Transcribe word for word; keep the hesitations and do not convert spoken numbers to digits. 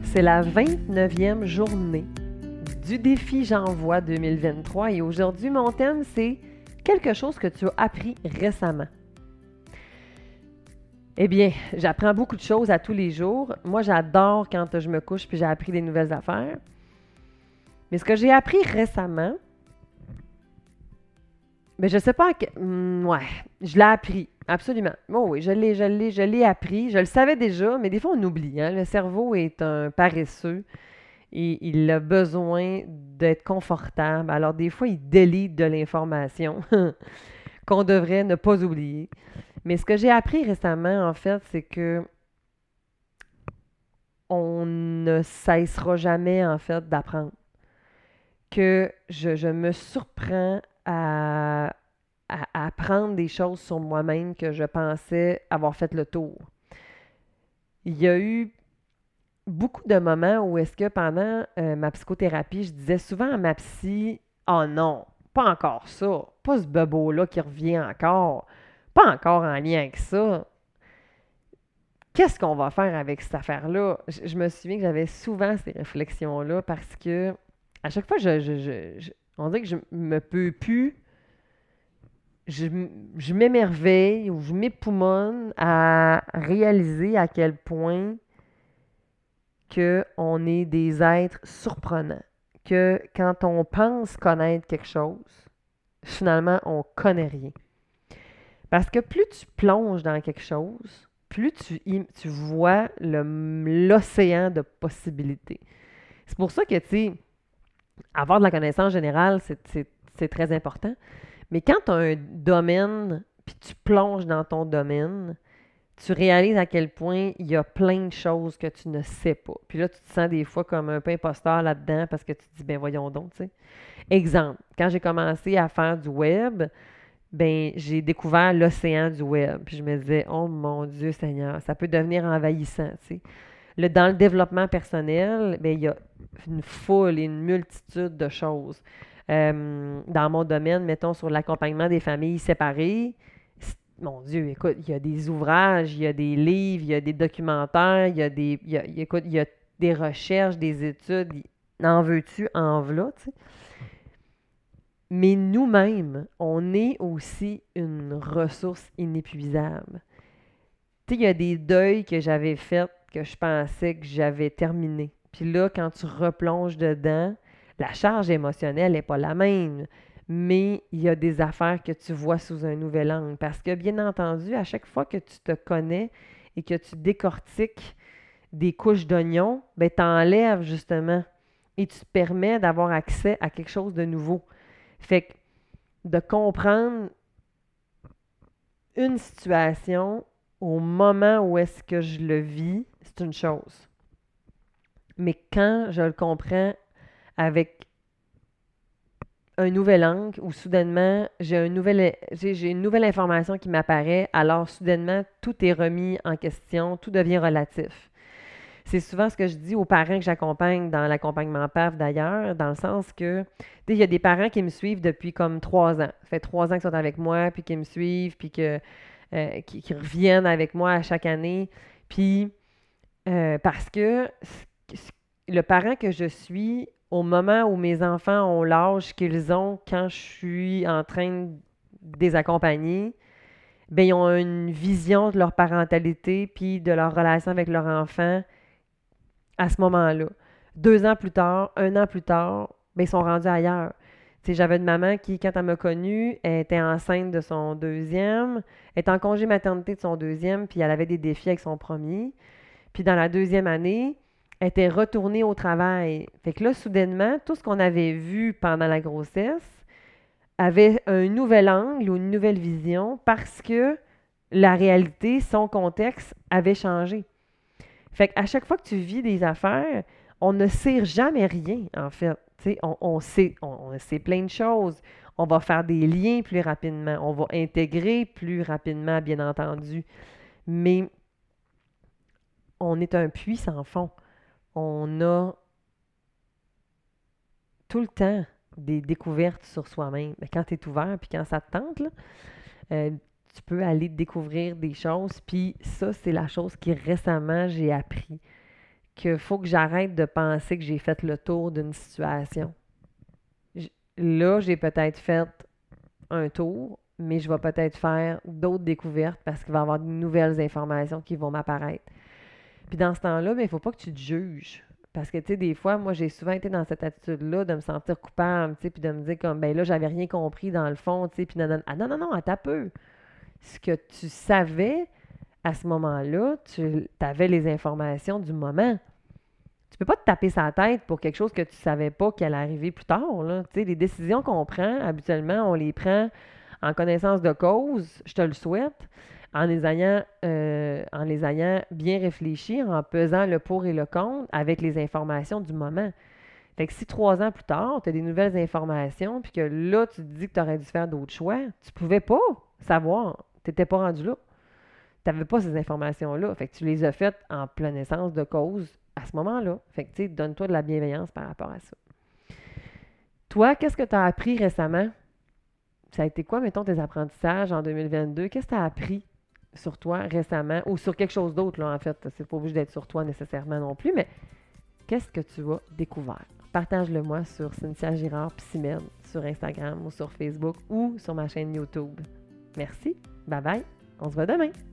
C'est la vingt-neuvième journée du défi J'envoie deux mille vingt-trois et aujourd'hui, mon thème, c'est quelque chose que tu as appris récemment. Eh bien, j'apprends beaucoup de choses à tous les jours. Moi, j'adore quand je me couche puis j'ai appris des nouvelles affaires. Mais ce que j'ai appris récemment, mais je sais pas à que... Hmm, ouais, je l'ai appris, absolument. Oh oui, je l'ai, je l'ai, je l'ai appris. Je le savais déjà, mais des fois, on oublie. Hein? Le cerveau est un paresseux et il a besoin d'être confortable. Alors, des fois, il délite de l'information qu'on devrait ne pas oublier. Mais ce que j'ai appris récemment, en fait, c'est que on ne cessera jamais, en fait, d'apprendre. Que je, je me surprends à, à, à apprendre des choses sur moi-même que je pensais avoir fait le tour. Il y a eu beaucoup de moments où est-ce que pendant euh, ma psychothérapie, je disais souvent à ma psy, « Oh non, pas encore ça, pas ce bobo-là qui revient encore, pas encore en lien avec ça. Qu'est-ce qu'on va faire avec cette affaire-là? » Je, je me souviens que j'avais souvent ces réflexions-là parce que à chaque fois, je, je, je, je- on dirait que je me peux plus, je, m- je m'émerveille ou je m'époumonne à réaliser à quel point que on est des êtres surprenants. Que quand on pense connaître quelque chose, finalement, on connaît rien. Parce que plus tu plonges dans quelque chose, plus tu, im- tu vois le- l'océan de possibilités. C'est pour ça que, tu sais, avoir de la connaissance générale, c'est c'est- c'est très important. Mais quand tu as un domaine, puis tu plonges dans ton domaine, tu réalises à quel point il y a plein de choses que tu ne sais pas. Puis là, tu te sens des fois comme un peu imposteur là-dedans parce que tu te dis, ben voyons donc, tu sais. Exemple, quand j'ai commencé à faire du web, ben j'ai découvert l'océan du web. Puis je me disais, oh mon Dieu Seigneur, ça peut devenir envahissant, tu sais. Le, dans le développement personnel, bien, il y a une foule et une multitude de choses. Euh, dans mon domaine, mettons, sur l'accompagnement des familles séparées, c'est- mon Dieu, écoute, il y a des ouvrages, il y a des livres, il y a des documentaires, il y a des, il y a, il y a- écoute, il y a des recherches, des études. En veux-tu, en v'là, tu sais. Mais nous-mêmes, on est aussi une ressource inépuisable. Tu sais, il y a des deuils que j'avais faits que je pensais que j'avais terminés. Puis là, quand tu replonges dedans, la charge émotionnelle n'est pas la même. Mais il y a des affaires que tu vois sous un nouvel angle. Parce que, bien entendu, à chaque fois que tu te connais et que tu décortiques des couches d'oignon, ben, tu enlèves justement et tu te permets d'avoir accès à quelque chose de nouveau. Fait que de comprendre une situation au moment où est-ce que je le vis, c'est une chose. Mais quand je le comprends avec un nouvel angle ou soudainement j'ai un nouvel, j'ai, j'ai une nouvelle information qui m'apparaît, alors soudainement tout est remis en question, tout devient relatif. C'est souvent ce que je dis aux parents que j'accompagne dans l'accompagnement P A V d'ailleurs, dans le sens que, tu sais, il y a des parents qui me suivent depuis comme trois ans. Ça fait trois ans qu'ils sont avec moi, puis qui me suivent, puis que, euh, qui, qui reviennent avec moi à chaque année. Puis, euh, parce que c- c- le parent que je suis, au moment où mes enfants ont l'âge qu'ils ont quand je suis en train de les accompagner, ben, ils ont une vision de leur parentalité puis de leur relation avec leur enfant à ce moment-là. Deux ans plus tard, un an plus tard, ben, ils sont rendus ailleurs. Tu sais, j'avais une maman qui, quand elle m'a connue, elle était enceinte de son deuxième, elle était en congé maternité de son deuxième, puis elle avait des défis avec son premier. Puis dans la deuxième année, elle était retournée au travail. Fait que là, soudainement, tout ce qu'on avait vu pendant la grossesse avait un nouvel angle ou une nouvelle vision parce que la réalité, son contexte avait changé. Fait qu'à chaque fois que tu vis des affaires, on ne sait jamais rien, en fait. Tu sais, on, on sait, on, on sait plein de choses. On va faire des liens plus rapidement. On va intégrer plus rapidement, bien entendu. Mais on est un puits sans fond. On a tout le temps des découvertes sur soi-même. Mais quand tu es ouvert, puis quand ça te tente, là, euh, tu peux aller découvrir des choses. Puis ça, c'est la chose que récemment j'ai appris. qu'il faut que j'arrête de penser que j'ai fait le tour d'une situation. J- Là, j'ai peut-être fait un tour, mais je vais peut-être faire d'autres découvertes parce qu'il va y avoir de nouvelles informations qui vont m'apparaître. Puis dans ce temps-là, ben, il ne faut pas que tu te juges. Parce que, tu sais, des fois, moi, j'ai souvent été dans cette attitude-là de me sentir coupable, tu sais, puis de me dire comme, ben là, j'avais rien compris dans le fond, tu sais, puis non, non, ah non, non, non, attends un peu. Ce que tu savais à ce moment-là, tu avais les informations du moment. Tu peux pas te taper sa tête pour quelque chose que tu savais pas qu'elle allait arriver plus tard, là. Tu sais, les décisions qu'on prend, habituellement, on les prend en connaissance de cause, je te le souhaite, en les ayant, euh, en les ayant bien réfléchis, en pesant le pour et le contre avec les informations du moment. Fait que si trois ans plus tard, tu as des nouvelles informations, puis que là, tu te dis que tu aurais dû faire d'autres choix, tu pouvais pas savoir. Tu n'étais pas rendu là. Tu n'avais pas ces informations-là. Fait que tu les as faites en pleine essence de cause à ce moment-là. Fait que, tu sais, donne-toi de la bienveillance par rapport à ça. Toi, qu'est-ce que tu as appris récemment? Ça a été quoi, mettons, tes apprentissages en deux mille vingt-deux? Qu'est-ce que tu as appris sur toi récemment ou sur quelque chose d'autre, là, en fait? C'est pas obligé d'être sur toi nécessairement non plus, mais qu'est-ce que tu as découvert? Partage-le moi sur Cynthia Girard Psymed, sur Instagram ou sur Facebook ou sur ma chaîne YouTube. Merci. Bye bye. On se voit demain.